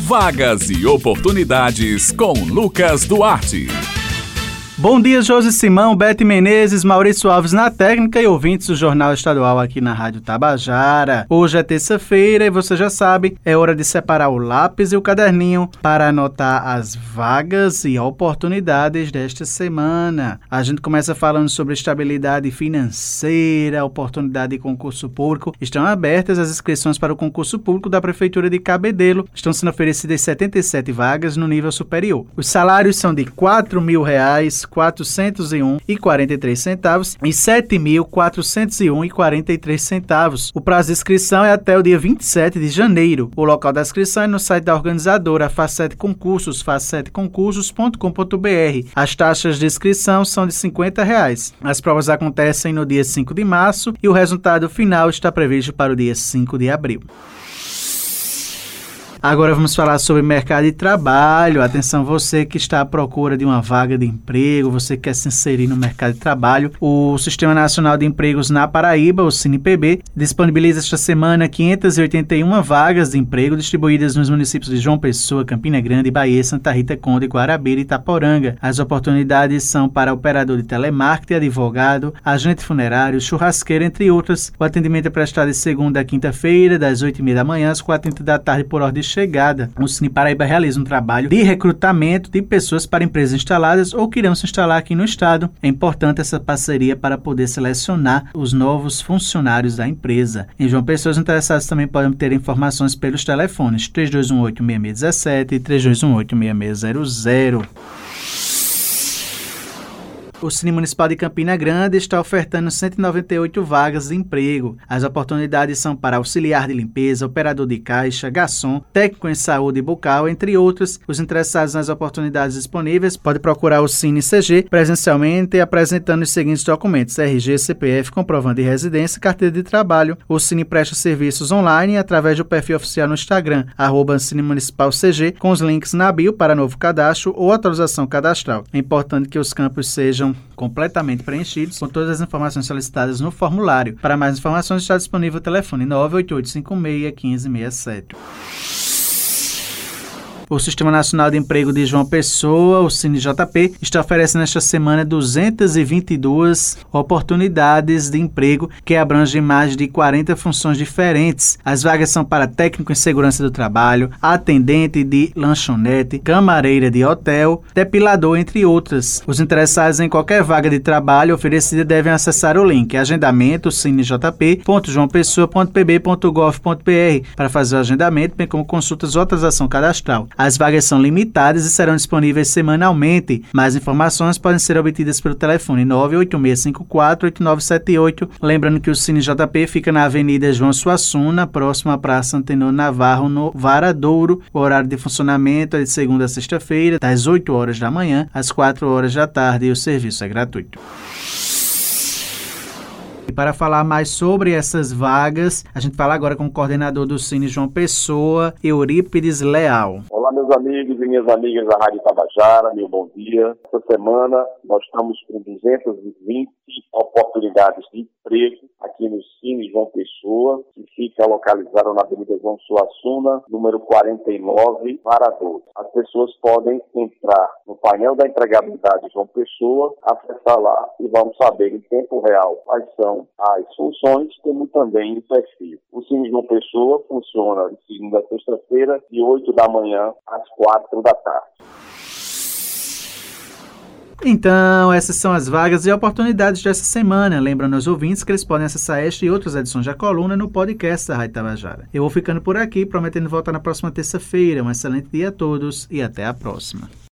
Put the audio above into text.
Vagas e oportunidades com Lucas Duarte. Bom dia, Josi Simão, Bete Menezes, Maurício Alves na técnica e ouvintes do Jornal Estadual aqui na Rádio Tabajara. Hoje é terça-feira e você já sabe, é hora de separar o lápis e o caderninho para anotar as vagas e oportunidades desta semana. A gente começa falando sobre estabilidade financeira, oportunidade de concurso público. Estão abertas as inscrições para o concurso público da Prefeitura de Cabedelo. Estão sendo oferecidas 77 vagas no nível superior. Os salários são de R$ 4.401,43 e R$ 7.401,43. O prazo de inscrição é até o dia 27 de janeiro. O local da inscrição é no site da organizadora, Facete Concursos, faceteconcursos.com.br. As taxas de inscrição são de R$ 50. As provas acontecem no dia 5 de março e o resultado final está previsto para o dia 5 de abril. Agora vamos falar sobre mercado de trabalho. Atenção, você que está à procura de uma vaga de emprego, você que quer se inserir no mercado de trabalho. O Sistema Nacional de Empregos na Paraíba, o SINPB, disponibiliza esta semana 581 vagas de emprego distribuídas nos municípios de João Pessoa, Campina Grande, Bahia, Santa Rita, Conde, Guarabira e Itaporanga. As oportunidades são para operador de telemarketing, advogado, agente funerário, churrasqueiro, entre outras. O atendimento é prestado de segunda a quinta-feira, das 8h30 da manhã às 4h30 da tarde, por ordem de chegada. O Cine Paraíba realiza um trabalho de recrutamento de pessoas para empresas instaladas ou que irão se instalar aqui no estado. É importante essa parceria para poder selecionar os novos funcionários da empresa. Em João Pessoa, os interessados também podem obter informações pelos telefones 3218-6617 e 3218-6600. O Cine Municipal de Campina Grande está ofertando 198 vagas de emprego. As oportunidades são para auxiliar de limpeza, operador de caixa, garçom, técnico em saúde bucal, entre outros. Os interessados nas oportunidades disponíveis podem procurar o Cine CG presencialmente apresentando os seguintes documentos: RG, CPF, comprovante de residência e carteira de trabalho. O Cine presta serviços online através do perfil oficial no Instagram, @Cine Municipal CG, com os links na bio para novo cadastro ou atualização cadastral. É importante que os campos sejam completamente preenchidos com todas as informações solicitadas no formulário. Para mais informações está disponível o telefone 988561567. O Sistema Nacional de Emprego de João Pessoa, o SINJP, está oferecendo esta semana 222 oportunidades de emprego que abrangem mais de 40 funções diferentes. As vagas são para técnico em segurança do trabalho, atendente de lanchonete, camareira de hotel, depilador, entre outras. Os interessados em qualquer vaga de trabalho oferecida devem acessar o link agendamento sinjp.joaopessoa.pb.gov.br para fazer o agendamento, bem como consultas ou atualização cadastral. As vagas são limitadas e serão disponíveis semanalmente. Mais informações podem ser obtidas pelo telefone 986548978. Lembrando que o SINJP fica na Avenida João Suassuna, próximo à Praça Antenor Navarro, no Varadouro. O horário de funcionamento é de segunda a sexta-feira, das 8 horas da manhã às 4 horas da tarde, e o serviço é gratuito. E para falar mais sobre essas vagas, a gente fala agora com o coordenador do Cine João Pessoa, Eurípides Leal. Olá, meus amigos e minhas amigas da Rádio Tabajara, meu bom dia. Essa semana nós estamos com 220 oportunidades de emprego aqui no Cine João Pessoa, que fica localizado na Avenida João Suassuna, número 49, Varadouro. As pessoas podem entrar no painel da empregabilidade João Pessoa, acessar lá e vão saber em tempo real quais são as funções, como também o perfil. O Cine João Pessoa funciona de segunda a sexta-feira, de 8 da manhã às 4 da tarde. Então, essas são as vagas e oportunidades dessa semana. Lembrando aos ouvintes que eles podem acessar esta e outras edições da coluna no podcast da Rádio Tabajara. Eu vou ficando por aqui, prometendo voltar na próxima terça-feira. Um excelente dia a todos e até a próxima.